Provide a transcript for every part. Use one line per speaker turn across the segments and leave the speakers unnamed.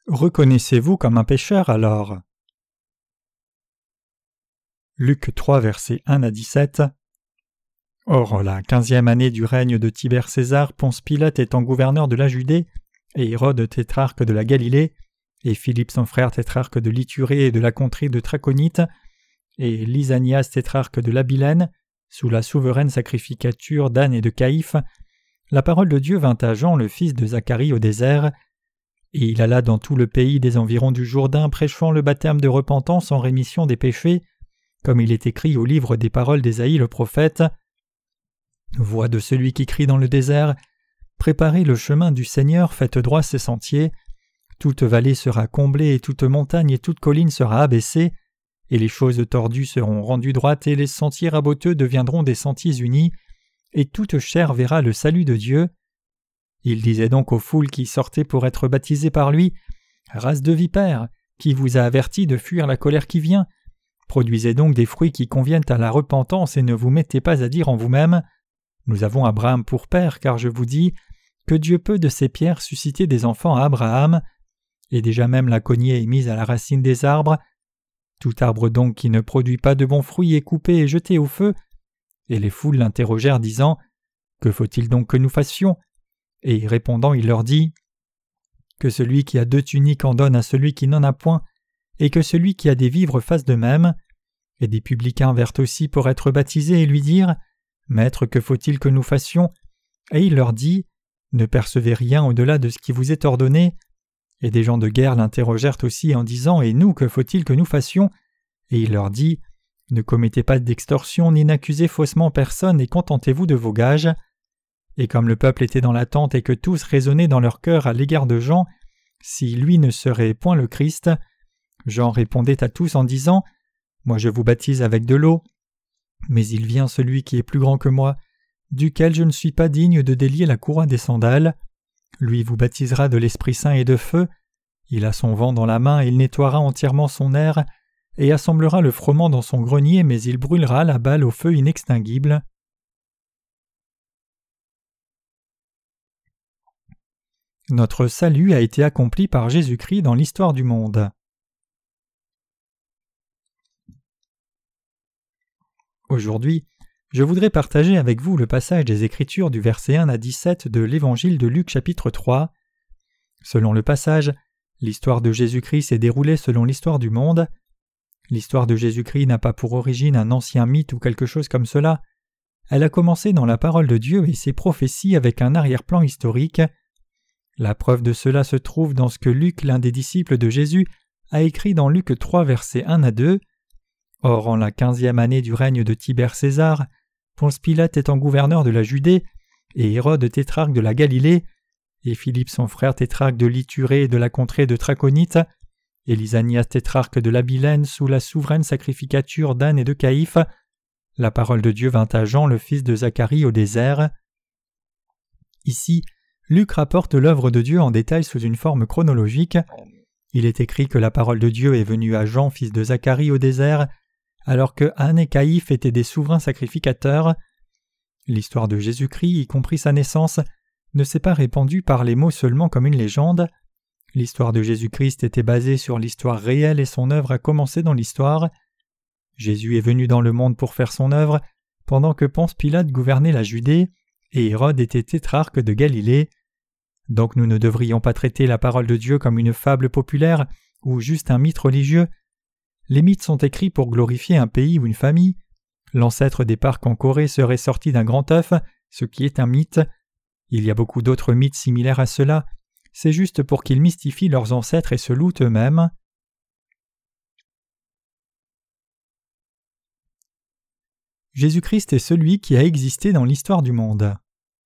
Reconnaissez-vous comme un pécheur alors? Luc 3, versets 1 à 17. Or, la 15e année du règne de Tibère César, Ponce Pilate étant gouverneur de la Judée, et Hérode tétrarque de la Galilée, et Philippe son frère tétrarque de l'Ithurée et de la contrée de Traconite, et Lysanias tétrarque de l'Abilène, sous la souveraine sacrificature d'Anne et de Caïphe, la parole de Dieu vint à Jean, le fils de Zacharie, au désert. Et il alla dans tout le pays des environs du Jourdain, prêchant le baptême de repentance en rémission des péchés, comme il est écrit au livre des paroles d'Ésaïe le prophète. Voix de celui qui crie dans le désert, préparez le chemin du Seigneur, faites droit ses sentiers. Toute vallée sera comblée, et toute montagne et toute colline sera abaissée, et les choses tordues seront rendues droites, et les sentiers raboteux deviendront des sentiers unis, et toute chair verra le salut de Dieu. Il disait donc aux foules qui sortaient pour être baptisées par lui, « Race de vipères, qui vous a averti de fuir la colère qui vient? Produisez donc des fruits qui conviennent à la repentance et ne vous mettez pas à dire en vous-même, « Nous avons Abraham pour père, car je vous dis que Dieu peut de ces pierres susciter des enfants à Abraham. Et déjà même la cognée est mise à la racine des arbres. Tout arbre donc qui ne produit pas de bons fruits est coupé et jeté au feu. » Et les foules l'interrogèrent, disant, « Que faut-il donc que nous fassions ?» Et répondant, il leur dit, « Que celui qui a 2 tuniques en donne à celui qui n'en a point, et que celui qui a des vivres fasse de même. » Et des publicains vinrent aussi pour être baptisés et lui dirent, « Maître, que faut-il que nous fassions ?» Et il leur dit, « Ne percevez rien au-delà de ce qui vous est ordonné. » Et des gens de guerre l'interrogèrent aussi en disant, « Et nous, que faut-il que nous fassions ?» Et il leur dit, « Ne commettez pas d'extorsion ni n'accusez faussement personne et contentez-vous de vos gages. » Et comme le peuple était dans l'attente et que tous raisonnaient dans leur cœur à l'égard de Jean, si lui ne serait point le Christ, Jean répondait à tous en disant, « Moi je vous baptise avec de l'eau, mais il vient celui qui est plus grand que moi, duquel je ne suis pas digne de délier la courroie des sandales. Lui vous baptisera de l'Esprit Saint et de feu. Il a son vent dans la main, il nettoiera entièrement son aire, et assemblera le froment dans son grenier, mais il brûlera la balle au feu inextinguible. » Notre salut a été accompli par Jésus-Christ dans l'histoire du monde. Aujourd'hui, je voudrais partager avec vous le passage des Écritures du verset 1 à 17 de l'Évangile de Luc chapitre 3. Selon le passage, l'histoire de Jésus-Christ s'est déroulée selon l'histoire du monde. L'histoire de Jésus-Christ n'a pas pour origine un ancien mythe ou quelque chose comme cela. Elle a commencé dans la parole de Dieu et ses prophéties avec un arrière-plan historique. La preuve de cela se trouve dans ce que Luc, l'un des disciples de Jésus, a écrit dans Luc 3, versets 1 à 2. Or, en la 15e année du règne de Tibère César, Ponce Pilate étant gouverneur de la Judée, et Hérode tétrarque de la Galilée, et Philippe son frère tétrarque de l'Ithurée et de la contrée de Traconite, et Lysanias tétrarque de l'Abilène sous la souveraine sacrificature d'Anne et de Caïphe, la parole de Dieu vint à Jean, le fils de Zacharie, au désert. Ici, Luc rapporte l'œuvre de Dieu en détail sous une forme chronologique. Il est écrit que la parole de Dieu est venue à Jean, fils de Zacharie, au désert, alors que Anne et Caïphe étaient des souverains sacrificateurs. L'histoire de Jésus-Christ, y compris sa naissance, ne s'est pas répandue par les mots seulement comme une légende. L'histoire de Jésus-Christ était basée sur l'histoire réelle et son œuvre a commencé dans l'histoire. Jésus est venu dans le monde pour faire son œuvre, pendant que Ponce Pilate gouvernait la Judée, et Hérode était tétrarque de Galilée. Donc nous ne devrions pas traiter la parole de Dieu comme une fable populaire ou juste un mythe religieux. Les mythes sont écrits pour glorifier un pays ou une famille. L'ancêtre des parcs en Corée serait sorti d'un grand œuf, ce qui est un mythe. Il y a beaucoup d'autres mythes similaires à cela. C'est juste pour qu'ils mystifient leurs ancêtres et se louent eux-mêmes. Jésus-Christ est celui qui a existé dans l'histoire du monde.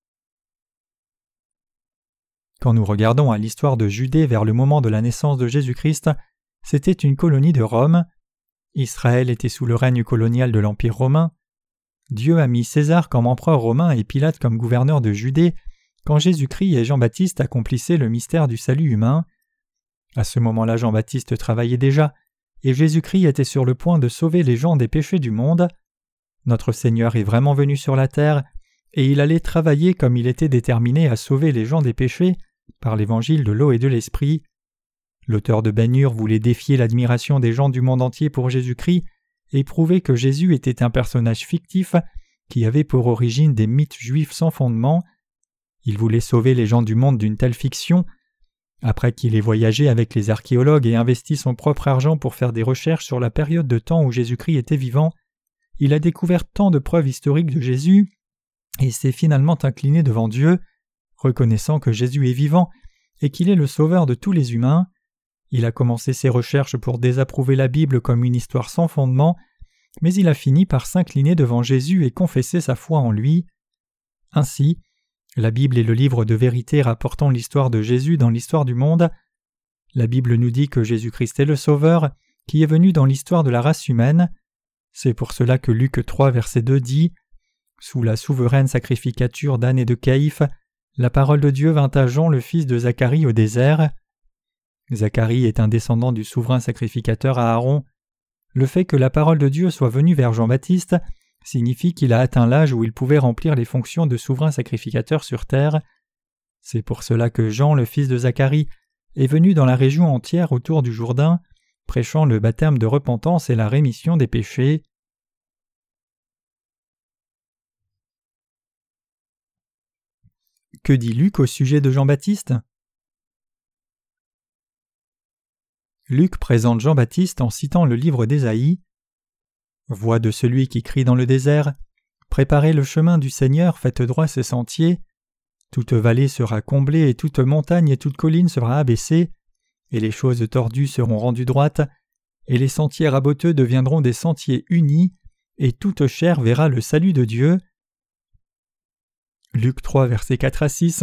Quand nous regardons à l'histoire de Judée vers le moment de la naissance de Jésus-Christ, c'était une colonie de Rome. Israël était sous le règne colonial de l'Empire romain. Dieu a mis César comme empereur romain et Pilate comme gouverneur de Judée quand Jésus-Christ et Jean-Baptiste accomplissaient le mystère du salut humain. À ce moment-là, Jean-Baptiste travaillait déjà, et Jésus-Christ était sur le point de sauver les gens des péchés du monde. Notre Seigneur est vraiment venu sur la terre, et il allait travailler comme il était déterminé à sauver les gens des péchés, par l'évangile de l'eau et de l'esprit. L'auteur de Ben-Hur voulait défier l'admiration des gens du monde entier pour Jésus-Christ et prouver que Jésus était un personnage fictif qui avait pour origine des mythes juifs sans fondement. Il voulait sauver les gens du monde d'une telle fiction. Après qu'il ait voyagé avec les archéologues et investi son propre argent pour faire des recherches sur la période de temps où Jésus-Christ était vivant, il a découvert tant de preuves historiques de Jésus et s'est finalement incliné devant Dieu, reconnaissant que Jésus est vivant et qu'il est le sauveur de tous les humains. Il a commencé ses recherches pour désapprouver la Bible comme une histoire sans fondement, mais il a fini par s'incliner devant Jésus et confesser sa foi en lui. Ainsi, la Bible est le livre de vérité rapportant l'histoire de Jésus dans l'histoire du monde. La Bible nous dit que Jésus-Christ est le Sauveur, qui est venu dans l'histoire de la race humaine. C'est pour cela que Luc 3, verset 2 dit « Sous la souveraine sacrificature d'Anne et de Caïphe, la parole de Dieu vint à Jean, le fils de Zacharie, au désert. » Zacharie est un descendant du souverain sacrificateur Aaron. Le fait que la parole de Dieu soit venue vers Jean-Baptiste signifie qu'il a atteint l'âge où il pouvait remplir les fonctions de souverain sacrificateur sur terre. C'est pour cela que Jean, le fils de Zacharie, est venu dans la région entière autour du Jourdain, prêchant le baptême de repentance et la rémission des péchés. Que dit Luc au sujet de Jean-Baptiste ? Luc présente Jean-Baptiste en citant le livre d'Ésaïe. « Voix de celui qui crie dans le désert, préparez le chemin du Seigneur, faites droit ses sentiers. Toute vallée sera comblée et toute montagne et toute colline sera abaissée, et les choses tordues seront rendues droites, et les sentiers raboteux deviendront des sentiers unis, et toute chair verra le salut de Dieu. » Luc 3, versets 4 à 6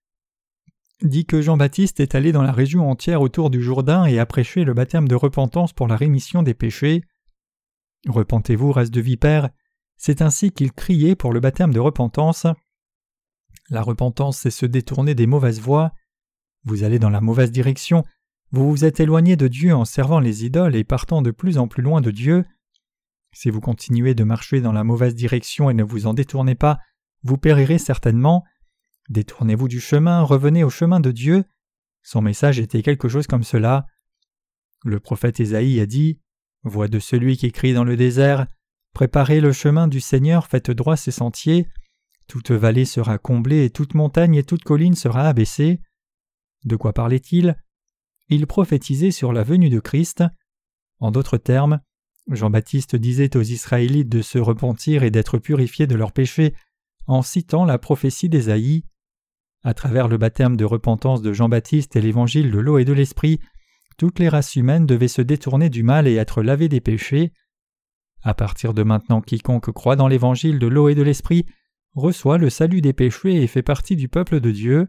dit que Jean-Baptiste est allé dans la région entière autour du Jourdain et a prêché le baptême de repentance pour la rémission des péchés. « Repentez-vous, race de vipères », c'est ainsi qu'il criait pour le baptême de repentance. La repentance, c'est se détourner des mauvaises voies. Vous allez dans la mauvaise direction, vous vous êtes éloigné de Dieu en servant les idoles et partant de plus en plus loin de Dieu. Si vous continuez de marcher dans la mauvaise direction et ne vous en détournez pas, vous périrez certainement. Détournez-vous du chemin, revenez au chemin de Dieu. Son message était quelque chose comme cela. Le prophète Ésaïe a dit « Voix de celui qui crie dans le désert, préparez le chemin du Seigneur, faites droit ses sentiers. Toute vallée sera comblée et toute montagne et toute colline sera abaissée. » De quoi parlait-il ? Il prophétisait sur la venue de Christ. En d'autres termes, Jean-Baptiste disait aux Israélites de se repentir et d'être purifiés de leurs péchés en citant la prophétie d'Ésaïe. À travers le baptême de repentance de Jean-Baptiste et l'évangile de l'eau et de l'esprit, toutes les races humaines devaient se détourner du mal et être lavées des péchés. À partir de maintenant, quiconque croit dans l'évangile de l'eau et de l'esprit reçoit le salut des péchés et fait partie du peuple de Dieu.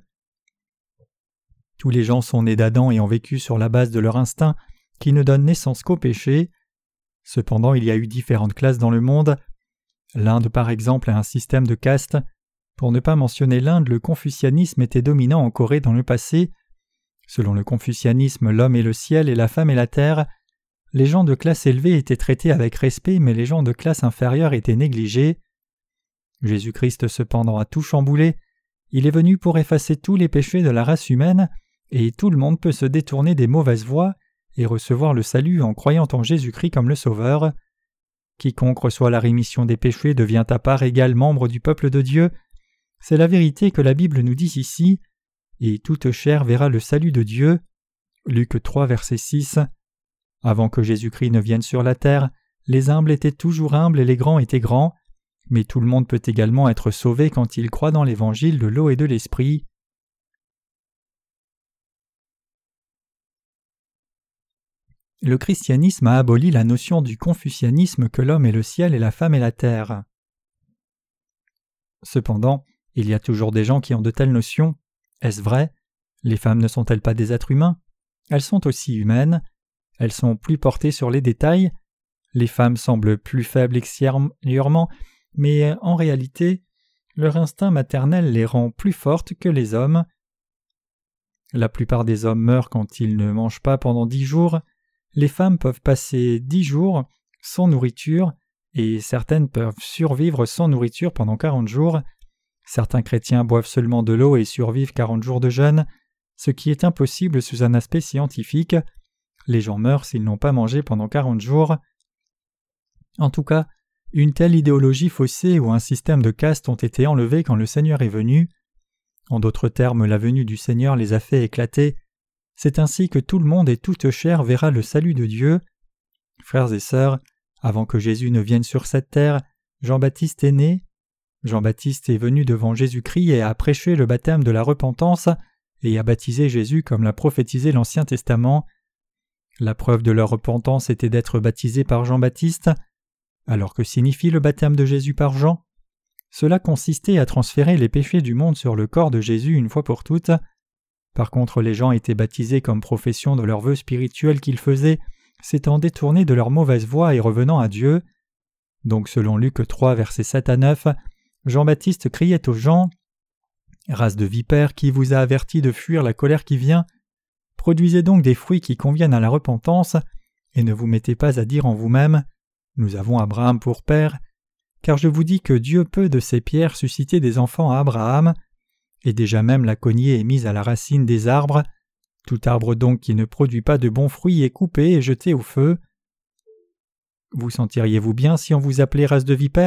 Tous les gens sont nés d'Adam et ont vécu sur la base de leur instinct qui ne donne naissance qu'au péché. Cependant, il y a eu différentes classes dans le monde. L'Inde, par exemple, a un système de castes. Pour ne pas mentionner l'Inde, le confucianisme était dominant en Corée dans le passé. Selon le confucianisme, l'homme est le ciel et la femme est la terre. Les gens de classe élevée étaient traités avec respect, mais les gens de classe inférieure étaient négligés. Jésus-Christ cependant a tout chamboulé. Il est venu pour effacer tous les péchés de la race humaine, et tout le monde peut se détourner des mauvaises voies et recevoir le salut en croyant en Jésus-Christ comme le Sauveur. Quiconque reçoit la rémission des péchés devient à part égale membre du peuple de Dieu. C'est la vérité que la Bible nous dit ici, et toute chair verra le salut de Dieu. Luc 3, verset 6. Avant que Jésus-Christ ne vienne sur la terre, les humbles étaient toujours humbles et les grands étaient grands, mais tout le monde peut également être sauvé quand il croit dans l'évangile de l'eau et de l'esprit. Le christianisme a aboli la notion du confucianisme que l'homme est le ciel et la femme est la terre. Cependant, il y a toujours des gens qui ont de telles notions. Est-ce vrai ? Les femmes ne sont-elles pas des êtres humains ? Elles sont aussi humaines. Elles sont plus portées sur les détails. Les femmes semblent plus faibles extérieurement, mais en réalité, leur instinct maternel les rend plus fortes que les hommes. La plupart des hommes meurent quand ils ne mangent pas pendant 10 jours. Les femmes peuvent passer 10 jours sans nourriture, et certaines peuvent survivre sans nourriture pendant 40 jours. Certains chrétiens boivent seulement de l'eau et survivent 40 jours de jeûne. ce qui est impossible sous un aspect scientifique. Les gens meurent s'ils n'ont pas mangé pendant 40 jours. En tout cas, une telle idéologie faussée ou un système de caste ont été enlevés quand le Seigneur est venu. En d'autres termes, la venue du Seigneur les a fait éclater. C'est ainsi que tout le monde et toute chair verra le salut de Dieu. Frères et sœurs, avant que Jésus ne vienne sur cette terre, Jean-Baptiste est né. Jean-Baptiste est venu devant Jésus-Christ et a prêché le baptême de la repentance et a baptisé Jésus comme l'a prophétisé l'Ancien Testament. La preuve de leur repentance était d'être baptisés par Jean-Baptiste. Alors que signifie le baptême de Jésus par Jean ? Cela consistait à transférer les péchés du monde sur le corps de Jésus une fois pour toutes. Par contre, les gens étaient baptisés comme profession de leurs vœux spirituels qu'ils faisaient, s'étant détournés de leur mauvaise voie et revenant à Dieu. Donc selon Luc 3, versets 7 à 9, Jean-Baptiste criait aux gens « Race de vipères, qui vous a averti de fuir la colère qui vient ? Produisez donc des fruits qui conviennent à la repentance, et ne vous mettez pas à dire en vous-même « Nous avons Abraham pour père », car je vous dis que Dieu peut de ces pierres susciter des enfants à Abraham, et déjà même la cognée est mise à la racine des arbres. Tout arbre donc qui ne produit pas de bons fruits est coupé et jeté au feu. Vous sentiriez-vous bien si on vous appelait race de vipères ?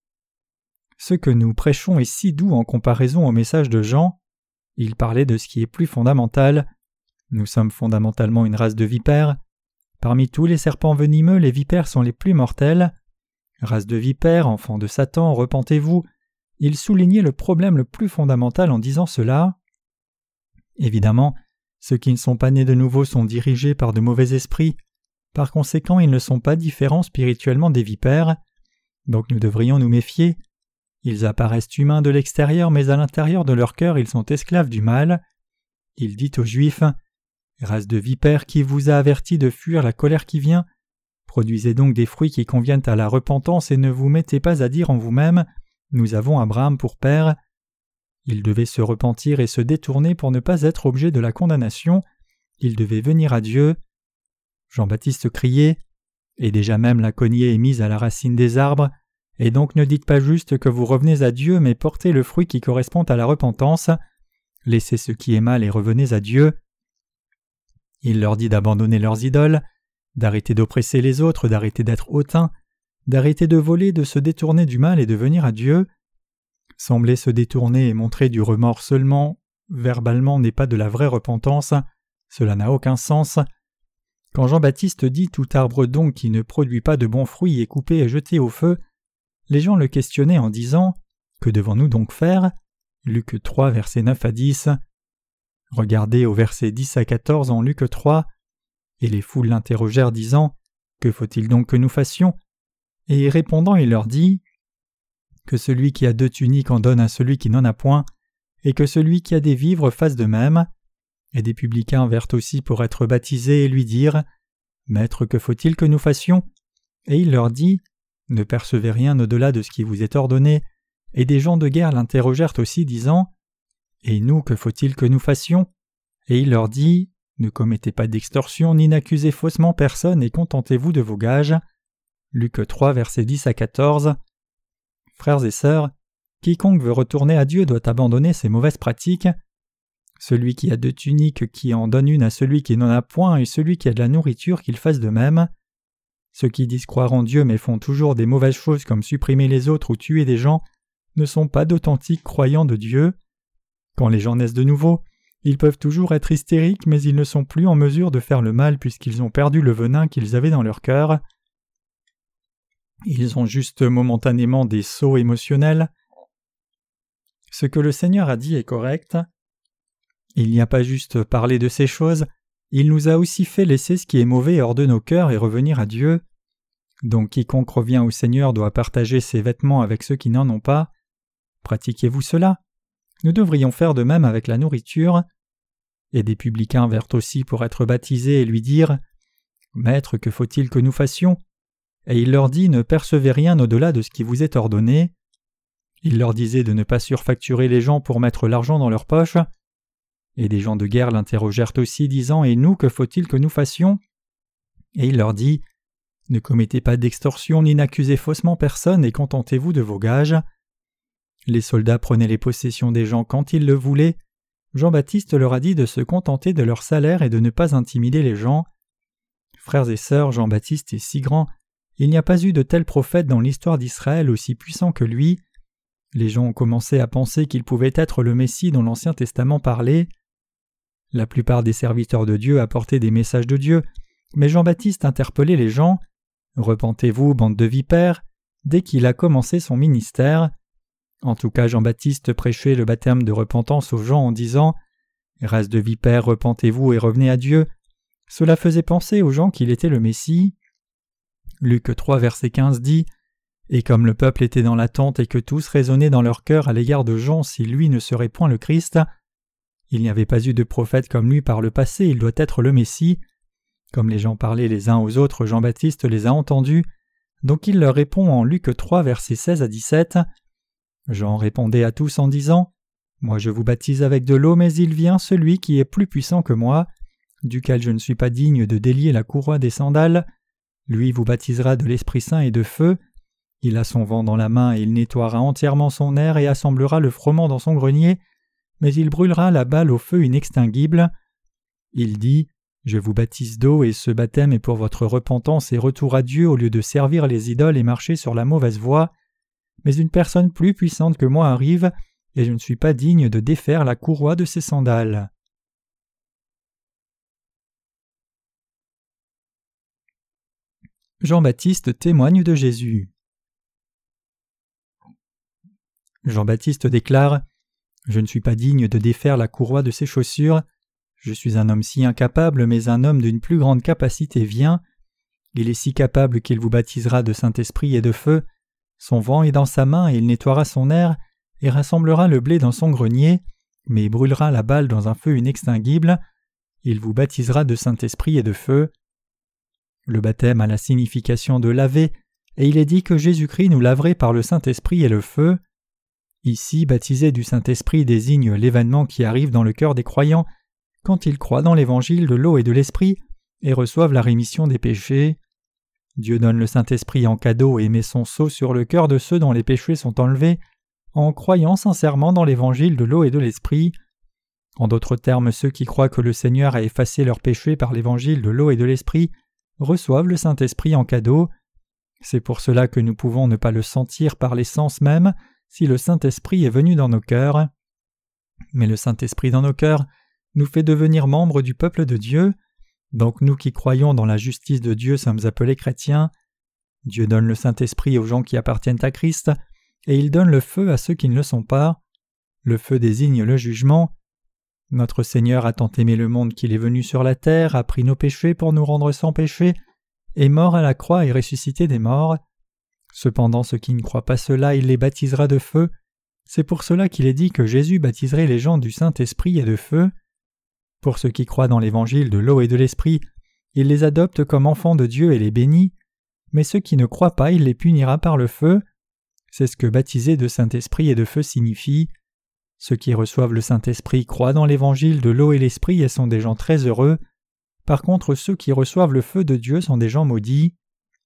Ce que nous prêchons est si doux en comparaison au message de Jean. Il parlait de ce qui est plus fondamental. Nous sommes fondamentalement une race de vipères. Parmi tous les serpents venimeux, les vipères sont les plus mortels. Race de vipères, enfants de Satan, repentez-vous. Il soulignait le problème le plus fondamental en disant cela. Évidemment, ceux qui ne sont pas nés de nouveau sont dirigés par de mauvais esprits. Par conséquent, ils ne sont pas différents spirituellement des vipères. Donc nous devrions nous méfier. Ils apparaissent humains de l'extérieur, mais à l'intérieur de leur cœur, ils sont esclaves du mal. Il dit aux Juifs « Race de vipères, qui vous a averti de fuir la colère qui vient ? Produisez donc des fruits qui conviennent à la repentance et ne vous mettez pas à dire en vous-même « Nous avons Abraham pour père ». Ils devaient se repentir et se détourner pour ne pas être objet de la condamnation. Ils devaient venir à Dieu. Jean-Baptiste criait « Et déjà même la cognée est mise à la racine des arbres. Et donc ne dites pas juste que vous revenez à Dieu, mais portez le fruit qui correspond à la repentance. Laissez ce qui est mal et revenez à Dieu. » Il leur dit d'abandonner leurs idoles, d'arrêter d'oppresser les autres, d'arrêter d'être hautains, d'arrêter de voler, de se détourner du mal et de venir à Dieu. Sembler se détourner et montrer du remords seulement, verbalement, n'est pas de la vraie repentance. Cela n'a aucun sens. Quand Jean-Baptiste dit « Tout arbre donc qui ne produit pas de bons fruits est coupé et jeté au feu », les gens le questionnaient en disant « Que devons-nous donc faire ?» Luc 3, versets 9 à 10. Regardez au verset 10 à 14 en Luc 3. Et les foules l'interrogèrent disant « Que faut-il donc que nous fassions ?» Et répondant, il leur dit « Que celui qui a 2 tuniques en donne à celui qui n'en a point, et que celui qui a des vivres fasse de même. » Et des publicains vinrent aussi pour être baptisés et lui dirent « Maître, que faut-il que nous fassions ?» Et il leur dit « Ne percevez rien au-delà de ce qui vous est ordonné. » Et des gens de guerre l'interrogèrent aussi disant « Et nous, que faut-il que nous fassions ?» Et il leur dit « Ne commettez pas d'extorsion ni n'accusez faussement personne et contentez-vous de vos gages. » Luc 3, versets 10 à 14. Frères et sœurs, quiconque veut retourner à Dieu doit abandonner ses mauvaises pratiques. Celui qui a 2 tuniques qui en donne une à celui qui n'en a point, et celui qui a de la nourriture qu'il fasse de même. Ceux qui disent croire en Dieu mais font toujours des mauvaises choses comme supprimer les autres ou tuer des gens ne sont pas d'authentiques croyants de Dieu. Quand les gens naissent de nouveau, ils peuvent toujours être hystériques, mais ils ne sont plus en mesure de faire le mal puisqu'ils ont perdu le venin qu'ils avaient dans leur cœur. Ils ont juste momentanément des sauts émotionnels. Ce que le Seigneur a dit est correct. Il n'y a pas juste parlé de ces choses, il nous a aussi fait laisser ce qui est mauvais hors de nos cœurs et revenir à Dieu. Donc quiconque revient au Seigneur doit partager ses vêtements avec ceux qui n'en ont pas. Pratiquez-vous cela? Nous devrions faire de même avec la nourriture. Et des publicains vinrent aussi pour être baptisés et lui dire « Maître, que faut-il que nous fassions ?» Et il leur dit « Ne percevez rien au-delà de ce qui vous est ordonné. » Il leur disait de ne pas surfacturer les gens pour mettre l'argent dans leur poche. Et des gens de guerre l'interrogèrent aussi, disant « Et nous, que faut-il que nous fassions ?» Et il leur dit « Ne commettez pas d'extorsion ni n'accusez faussement personne et contentez-vous de vos gages. » Les soldats prenaient les possessions des gens quand ils le voulaient. Jean-Baptiste leur a dit de se contenter de leur salaire et de ne pas intimider les gens. Frères et sœurs, Jean-Baptiste est si grand, il n'y a pas eu de tel prophète dans l'histoire d'Israël aussi puissant que lui. Les gens ont commencé à penser qu'il pouvait être le Messie dont l'Ancien Testament parlait. La plupart des serviteurs de Dieu apportaient des messages de Dieu, mais Jean-Baptiste interpellait les gens. « Repentez-vous, bande de vipères !» dès qu'il a commencé son ministère. En tout cas, Jean-Baptiste prêchait le baptême de repentance aux gens en disant « Race de vipères, repentez-vous et revenez à Dieu !» Cela faisait penser aux gens qu'il était le Messie. Luc 3, verset 15 dit « Et comme le peuple était dans l'attente et que tous raisonnaient dans leur cœur à l'égard de Jean si lui ne serait point le Christ, il n'y avait pas eu de prophète comme lui par le passé, il doit être le Messie. Comme les gens parlaient les uns aux autres, Jean-Baptiste les a entendus, donc il leur répond en Luc 3, versets 16 à 17. Jean répondait à tous en disant « Moi je vous baptise avec de l'eau, mais il vient celui qui est plus puissant que moi, duquel je ne suis pas digne de délier la courroie des sandales. Lui vous baptisera de l'Esprit Saint et de feu. Il a son vent dans la main et il nettoiera entièrement son aire et assemblera le froment dans son grenier, mais il brûlera la balle au feu inextinguible. Il dit « Je vous baptise d'eau et ce baptême est pour votre repentance et retour à Dieu au lieu de servir les idoles et marcher sur la mauvaise voie. Mais une personne plus puissante que moi arrive, et je ne suis pas digne de défaire la courroie de ses sandales. » Jean-Baptiste témoigne de Jésus. Jean-Baptiste déclare « Je ne suis pas digne de défaire la courroie de ses chaussures. Je suis un homme si incapable, mais un homme d'une plus grande capacité vient. Il est si capable qu'il vous baptisera de Saint-Esprit et de feu. Son vent est dans sa main et il nettoiera son aire et rassemblera le blé dans son grenier, mais il brûlera la balle dans un feu inextinguible. Il vous baptisera de Saint-Esprit et de feu. » Le baptême a la signification de laver, et il est dit que Jésus-Christ nous laverait par le Saint-Esprit et le feu. Ici, baptiser du Saint-Esprit désigne l'événement qui arrive dans le cœur des croyants quand ils croient dans l'évangile de l'eau et de l'Esprit et reçoivent la rémission des péchés. Dieu donne le Saint-Esprit en cadeau et met son sceau sur le cœur de ceux dont les péchés sont enlevés en croyant sincèrement dans l'évangile de l'eau et de l'Esprit. En d'autres termes, ceux qui croient que le Seigneur a effacé leurs péchés par l'évangile de l'eau et de l'Esprit reçoivent le Saint-Esprit en cadeau. C'est pour cela que nous pouvons ne pas le sentir par les sens même si le Saint-Esprit est venu dans nos cœurs. Mais le Saint-Esprit dans nos cœurs nous fait devenir membres du peuple de Dieu. Donc nous qui croyons dans la justice de Dieu sommes appelés chrétiens. Dieu donne le Saint-Esprit aux gens qui appartiennent à Christ, et il donne le feu à ceux qui ne le sont pas. Le feu désigne le jugement. Notre Seigneur a tant aimé le monde qu'il est venu sur la terre, a pris nos péchés pour nous rendre sans péché, est mort à la croix et ressuscité des morts. Cependant ceux qui ne croient pas cela, il les baptisera de feu. C'est pour cela qu'il est dit que Jésus baptiserait les gens du Saint-Esprit et de feu. Pour ceux qui croient dans l'évangile de l'eau et de l'Esprit, il les adopte comme enfants de Dieu et les bénit, mais ceux qui ne croient pas, il les punira par le feu. C'est ce que baptiser de Saint-Esprit et de feu signifie. Ceux qui reçoivent le Saint-Esprit croient dans l'évangile de l'eau et l'Esprit et sont des gens très heureux. Par contre, ceux qui reçoivent le feu de Dieu sont des gens maudits.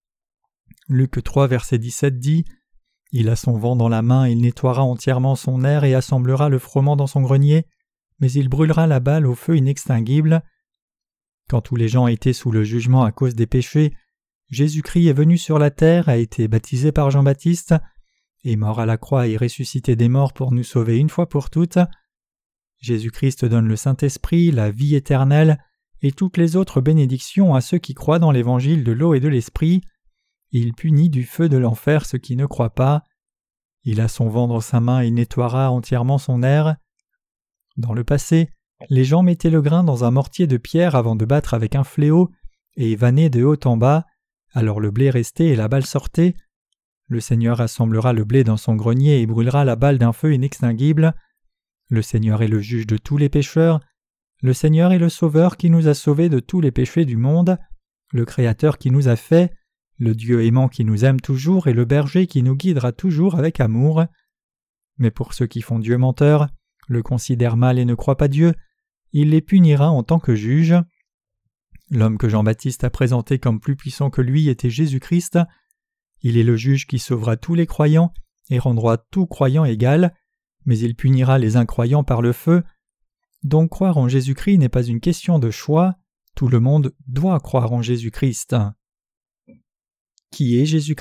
Luc 3, verset 17 dit « Il a son vent dans la main, il nettoiera entièrement son aire et assemblera le froment dans son grenier, mais il brûlera la balle au feu inextinguible. » Quand tous les gens étaient sous le jugement à cause des péchés, Jésus-Christ est venu sur la terre, a été baptisé par Jean-Baptiste, est mort à la croix et ressuscité des morts pour nous sauver une fois pour toutes. Jésus-Christ donne le Saint-Esprit, la vie éternelle et toutes les autres bénédictions à ceux qui croient dans l'évangile de l'eau et de l'Esprit. Il punit du feu de l'enfer ceux qui ne croient pas. Il a son vent dans sa main et nettoiera entièrement son aire. Dans le passé, les gens mettaient le grain dans un mortier de pierre avant de battre avec un fléau et vannaient de haut en bas, alors le blé restait et la balle sortait. Le Seigneur assemblera le blé dans son grenier et brûlera la balle d'un feu inextinguible. Le Seigneur est le juge de tous les pécheurs. Le Seigneur est le Sauveur qui nous a sauvés de tous les péchés du monde, le Créateur qui nous a fait, le Dieu aimant qui nous aime toujours et le berger qui nous guidera toujours avec amour. Mais pour ceux qui font Dieu menteur, le considèrent mal et ne croient pas Dieu, il les punira en tant que juge. L'homme que Jean-Baptiste a présenté comme plus puissant que lui était Jésus-Christ. Il est le juge qui sauvera tous les croyants et rendra tout croyant égal, mais il punira les incroyants par le feu. Donc croire en Jésus-Christ n'est pas une question de choix, tout le monde doit croire en Jésus-Christ. Qui est Jésus-Christ ?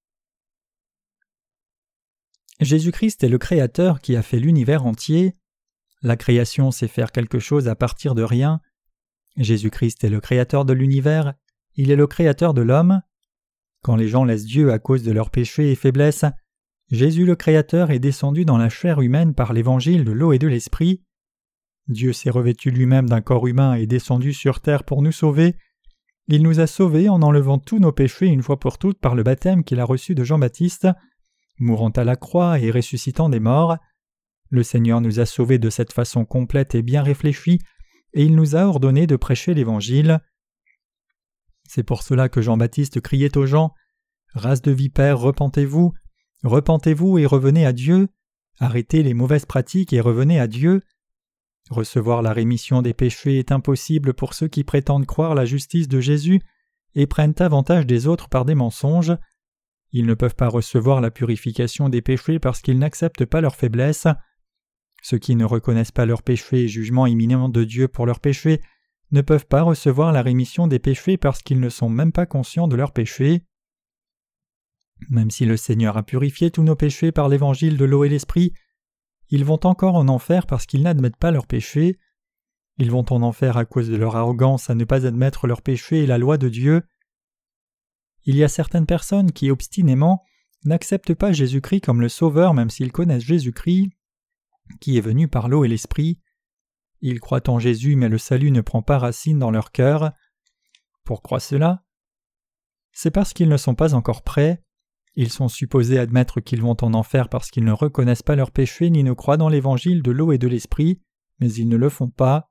Jésus-Christ est le Créateur qui a fait l'univers entier. La création, c'est faire quelque chose à partir de rien. Jésus-Christ est le Créateur de l'univers, il est le Créateur de l'homme. Quand les gens laissent Dieu à cause de leurs péchés et faiblesses, Jésus le Créateur est descendu dans la chair humaine par l'évangile de l'eau et de l'esprit. Dieu s'est revêtu lui-même d'un corps humain et est descendu sur terre pour nous sauver. Il nous a sauvés en enlevant tous nos péchés une fois pour toutes par le baptême qu'il a reçu de Jean-Baptiste, mourant à la croix et ressuscitant des morts. Le Seigneur nous a sauvés de cette façon complète et bien réfléchie, et il nous a ordonné de prêcher l'Évangile. C'est pour cela que Jean-Baptiste criait aux gens « Race de vipères, repentez-vous et revenez à Dieu, arrêtez les mauvaises pratiques et revenez à Dieu. » Recevoir la rémission des péchés est impossible pour ceux qui prétendent croire la justice de Jésus et prennent avantage des autres par des mensonges. Ils ne peuvent pas recevoir la purification des péchés parce qu'ils n'acceptent pas leurs faiblesses. Ceux qui ne reconnaissent pas leurs péchés et jugement imminent de Dieu pour leurs péchés ne peuvent pas recevoir la rémission des péchés parce qu'ils ne sont même pas conscients de leurs péchés. Même si le Seigneur a purifié tous nos péchés par l'évangile de l'eau et l'esprit, ils vont encore en enfer parce qu'ils n'admettent pas leurs péchés. Ils vont en enfer à cause de leur arrogance à ne pas admettre leurs péchés et la loi de Dieu. Il y a certaines personnes qui obstinément n'acceptent pas Jésus-Christ comme le Sauveur même s'ils connaissent Jésus-Christ, qui est venu par l'eau et l'esprit. Ils croient en Jésus mais le salut ne prend pas racine dans leur cœur. Pourquoi cela ? C'est parce qu'ils ne sont pas encore prêts. Ils sont supposés admettre qu'ils vont en enfer parce qu'ils ne reconnaissent pas leurs péchés ni ne croient dans l'évangile de l'eau et de l'esprit, mais ils ne le font pas.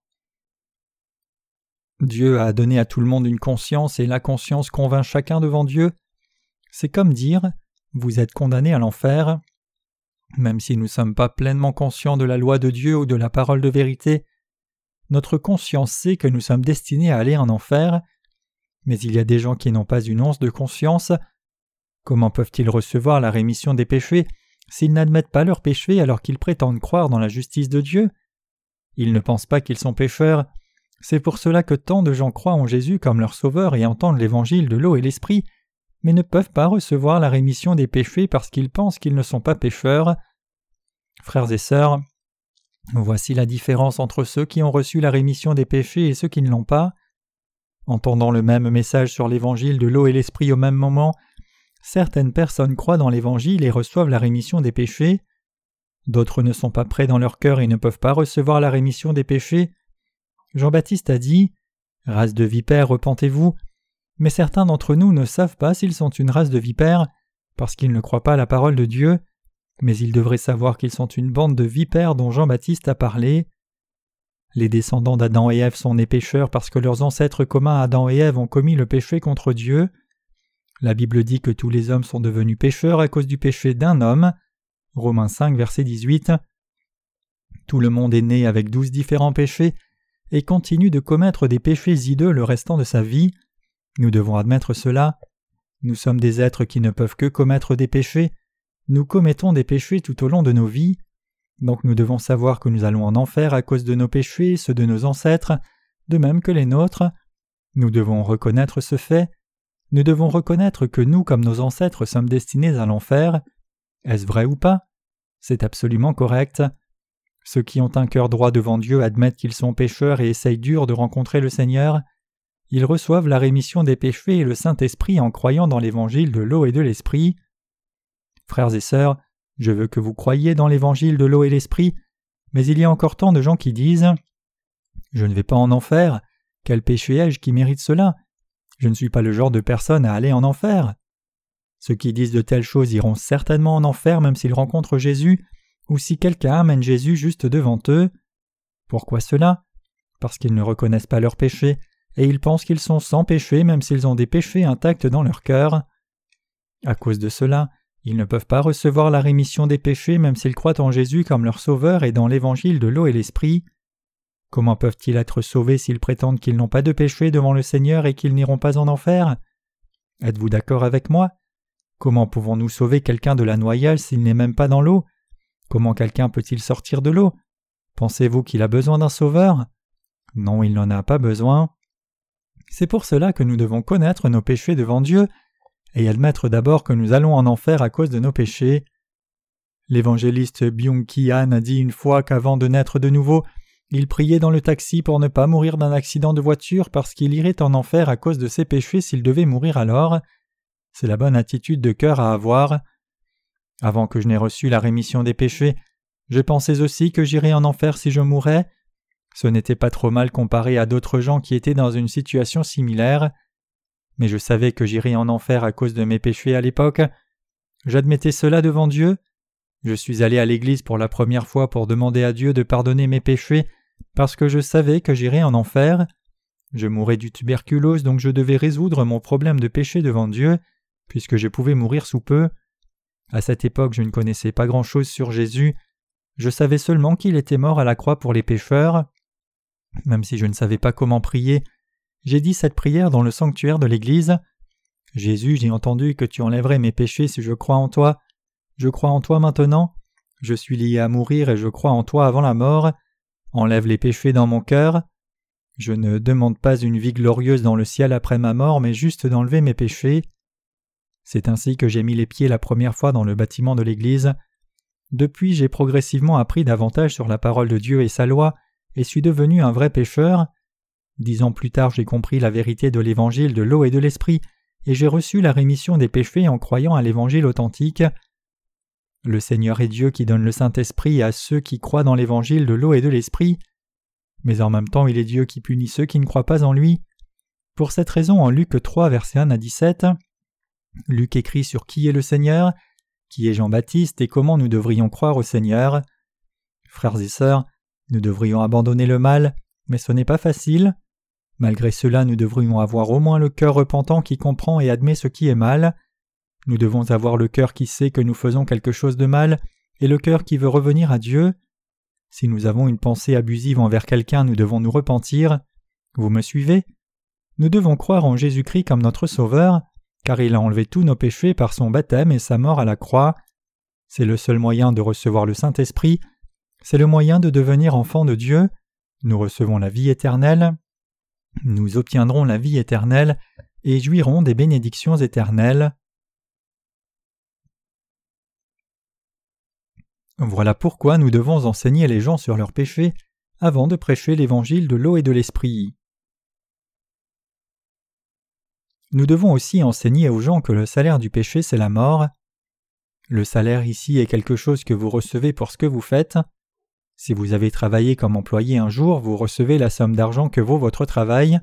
Dieu a donné à tout le monde une conscience et la conscience convainc chacun devant Dieu. C'est comme dire « Vous êtes condamné à l'enfer ». Même si nous ne sommes pas pleinement conscients de la loi de Dieu ou de la parole de vérité, notre conscience sait que nous sommes destinés à aller en enfer. Mais il y a des gens qui n'ont pas une once de conscience. Comment peuvent-ils recevoir la rémission des péchés s'ils n'admettent pas leurs péchés alors qu'ils prétendent croire dans la justice de Dieu ? Ils ne pensent pas qu'ils sont pécheurs. C'est pour cela que tant de gens croient en Jésus comme leur sauveur et entendent l'évangile de l'eau et l'esprit, mais ne peuvent pas recevoir la rémission des péchés parce qu'ils pensent qu'ils ne sont pas pécheurs. Frères et sœurs, voici la différence entre ceux qui ont reçu la rémission des péchés et ceux qui ne l'ont pas. Entendant le même message sur l'évangile de l'eau et l'esprit au même moment, certaines personnes croient dans l'évangile et reçoivent la rémission des péchés. D'autres ne sont pas prêts dans leur cœur et ne peuvent pas recevoir la rémission des péchés. Jean-Baptiste a dit « Race de vipères, repentez-vous » mais certains d'entre nous ne savent pas s'ils sont une race de vipères parce qu'ils ne croient pas à la parole de Dieu, mais ils devraient savoir qu'ils sont une bande de vipères dont Jean-Baptiste a parlé. Les descendants d'Adam et Ève sont nés pécheurs parce que leurs ancêtres communs Adam et Ève ont commis le péché contre Dieu. La Bible dit que tous les hommes sont devenus pécheurs à cause du péché d'un homme. Romains 5, verset 18. Tout le monde est né avec 12 différents péchés et continue de commettre des péchés hideux le restant de sa vie. Nous devons admettre cela. Nous sommes des êtres qui ne peuvent que commettre des péchés. Nous commettons des péchés tout au long de nos vies. Donc nous devons savoir que nous allons en enfer à cause de nos péchés, ceux de nos ancêtres, de même que les nôtres. Nous devons reconnaître ce fait. Nous devons reconnaître que nous, comme nos ancêtres, sommes destinés à l'enfer. Est-ce vrai ou pas ? C'est absolument correct. Ceux qui ont un cœur droit devant Dieu admettent qu'ils sont pécheurs et essayent dur de rencontrer le Seigneur. Ils reçoivent la rémission des péchés et le Saint-Esprit en croyant dans l'évangile de l'eau et de l'esprit. Frères et sœurs, je veux que vous croyiez dans l'évangile de l'eau et l'esprit, mais il y a encore tant de gens qui disent « Je ne vais pas en enfer, quel péché ai-je qui mérite cela ? Je ne suis pas le genre de personne à aller en enfer. » Ceux qui disent de telles choses iront certainement en enfer même s'ils rencontrent Jésus ou si quelqu'un amène Jésus juste devant eux. Pourquoi cela ? Parce qu'ils ne reconnaissent pas leurs péchés et ils pensent qu'ils sont sans péché même s'ils ont des péchés intacts dans leur cœur. À cause de cela, ils ne peuvent pas recevoir la rémission des péchés même s'ils croient en Jésus comme leur sauveur et dans l'évangile de l'eau et l'esprit. Comment peuvent-ils être sauvés s'ils prétendent qu'ils n'ont pas de péché devant le Seigneur et qu'ils n'iront pas en enfer ? Êtes-vous d'accord avec moi ? Comment pouvons-nous sauver quelqu'un de la noyade s'il n'est même pas dans l'eau ? Comment quelqu'un peut-il sortir de l'eau ? Pensez-vous qu'il a besoin d'un sauveur? Non, il n'en a pas besoin. C'est pour cela que nous devons connaître nos péchés devant Dieu et admettre d'abord que nous allons en enfer à cause de nos péchés. L'évangéliste Byung-Ki Han a dit une fois qu'avant de naître de nouveau, il priait dans le taxi pour ne pas mourir d'un accident de voiture parce qu'il irait en enfer à cause de ses péchés s'il devait mourir alors. C'est la bonne attitude de cœur à avoir. Avant que je n'ai reçu la rémission des péchés, je pensais aussi que j'irais en enfer si je mourais. Ce n'était pas trop mal comparé à d'autres gens qui étaient dans une situation similaire. Mais je savais que j'irais en enfer à cause de mes péchés à l'époque. J'admettais cela devant Dieu. Je suis allé à l'église pour la première fois pour demander à Dieu de pardonner mes péchés parce que je savais que j'irais en enfer. Je mourais du tuberculose, donc je devais résoudre mon problème de péché devant Dieu, puisque je pouvais mourir sous peu. À cette époque, je ne connaissais pas grand-chose sur Jésus. Je savais seulement qu'il était mort à la croix pour les pécheurs. Même si je ne savais pas comment prier, j'ai dit cette prière dans le sanctuaire de l'église. « Jésus, j'ai entendu que tu enlèverais mes péchés si je crois en toi. Je crois en toi maintenant. Je suis lié à mourir et je crois en toi avant la mort. Enlève les péchés dans mon cœur. Je ne demande pas une vie glorieuse dans le ciel après ma mort, mais juste d'enlever mes péchés. » C'est ainsi que j'ai mis les pieds la première fois dans le bâtiment de l'église. Depuis, j'ai progressivement appris davantage sur la parole de Dieu et sa loi, et suis devenu un vrai pécheur. 10 ans plus tard, j'ai compris la vérité de l'évangile de l'eau et de l'esprit, et j'ai reçu la rémission des péchés en croyant à l'évangile authentique. Le Seigneur est Dieu qui donne le Saint-Esprit à ceux qui croient dans l'évangile de l'eau et de l'esprit. Mais en même temps, il est Dieu qui punit ceux qui ne croient pas en lui. Pour cette raison, en Luc 3, versets 1 à 17, Luc écrit sur qui est le Seigneur, qui est Jean-Baptiste et comment nous devrions croire au Seigneur. Frères et sœurs, nous devrions abandonner le mal, mais ce n'est pas facile. Malgré cela, nous devrions avoir au moins le cœur repentant qui comprend et admet ce qui est mal. Nous devons avoir le cœur qui sait que nous faisons quelque chose de mal et le cœur qui veut revenir à Dieu. Si nous avons une pensée abusive envers quelqu'un, nous devons nous repentir. Vous me suivez? Nous devons croire en Jésus-Christ comme notre Sauveur, car il a enlevé tous nos péchés par son baptême et sa mort à la croix. C'est le seul moyen de recevoir le Saint-Esprit. C'est le moyen de devenir enfant de Dieu. Nous recevons la vie éternelle. Nous obtiendrons la vie éternelle et jouirons des bénédictions éternelles. Voilà pourquoi nous devons enseigner les gens sur leurs péchés avant de prêcher l'évangile de l'eau et de l'esprit. Nous devons aussi enseigner aux gens que le salaire du péché, c'est la mort. Le salaire ici est quelque chose que vous recevez pour ce que vous faites. Si vous avez travaillé comme employé un jour, vous recevez la somme d'argent que vaut votre travail.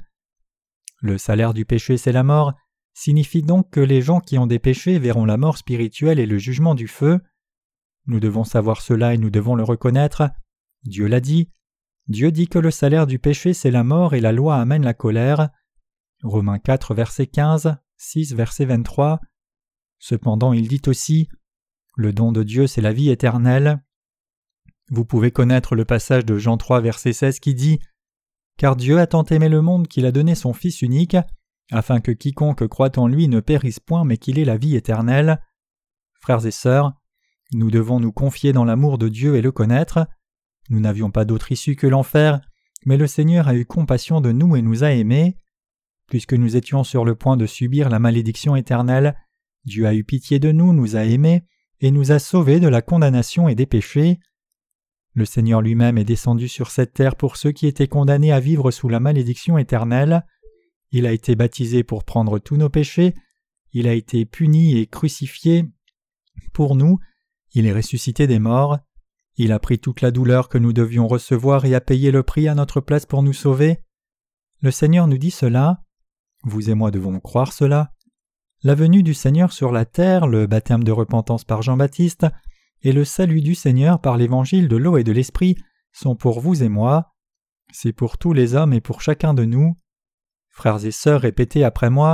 Le salaire du péché, c'est la mort, signifie donc que les gens qui ont des péchés verront la mort spirituelle et le jugement du feu. Nous devons savoir cela et nous devons le reconnaître. Dieu l'a dit. Dieu dit que le salaire du péché, c'est la mort et la loi amène la colère. Romains 4, verset 15, 6, verset 23. Cependant, il dit aussi « Le don de Dieu, c'est la vie éternelle ». Vous pouvez connaître le passage de Jean 3, verset 16 qui dit « Car Dieu a tant aimé le monde qu'il a donné son Fils unique, afin que quiconque croit en lui ne périsse point mais qu'il ait la vie éternelle. » Frères et sœurs, nous devons nous confier dans l'amour de Dieu et le connaître. Nous n'avions pas d'autre issue que l'enfer, mais le Seigneur a eu compassion de nous et nous a aimés. Puisque nous étions sur le point de subir la malédiction éternelle, Dieu a eu pitié de nous, nous a aimés et nous a sauvés de la condamnation et des péchés. Le Seigneur lui-même est descendu sur cette terre pour ceux qui étaient condamnés à vivre sous la malédiction éternelle. Il a été baptisé pour prendre tous nos péchés, il a été puni et crucifié pour nous, il est ressuscité des morts, il a pris toute la douleur que nous devions recevoir et a payé le prix à notre place pour nous sauver. Le Seigneur nous dit cela. Vous et moi devons croire cela. La venue du Seigneur sur la terre, le baptême de repentance par Jean-Baptiste et le salut du Seigneur par l'évangile de l'eau et de l'esprit sont pour vous et moi. C'est pour tous les hommes et pour chacun de nous. Frères et sœurs, répétez après moi.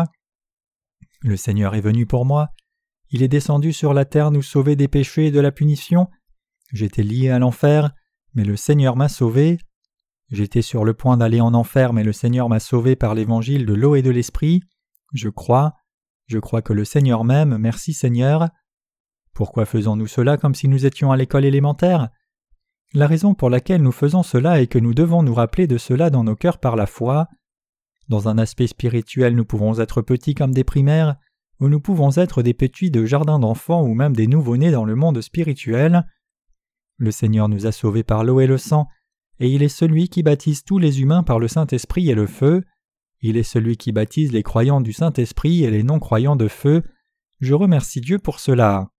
Le Seigneur est venu pour moi. Il est descendu sur la terre nous sauver des péchés et de la punition. J'étais lié à l'enfer, mais le Seigneur m'a sauvé. J'étais sur le point d'aller en enfer, mais le Seigneur m'a sauvé par l'évangile de l'eau et de l'esprit. Je crois que le Seigneur m'aime, merci Seigneur. Pourquoi faisons-nous cela comme si nous étions à l'école élémentaire? La raison pour laquelle nous faisons cela est que nous devons nous rappeler de cela dans nos cœurs par la foi. Dans un aspect spirituel, nous pouvons être petits comme des primaires, ou nous pouvons être des petits de jardin d'enfants ou même des nouveau-nés dans le monde spirituel. Le Seigneur nous a sauvés par l'eau et le sang, et il est celui qui baptise tous les humains par le Saint-Esprit et le feu. Il est celui qui baptise les croyants du Saint-Esprit et les non-croyants de feu. Je remercie Dieu pour cela.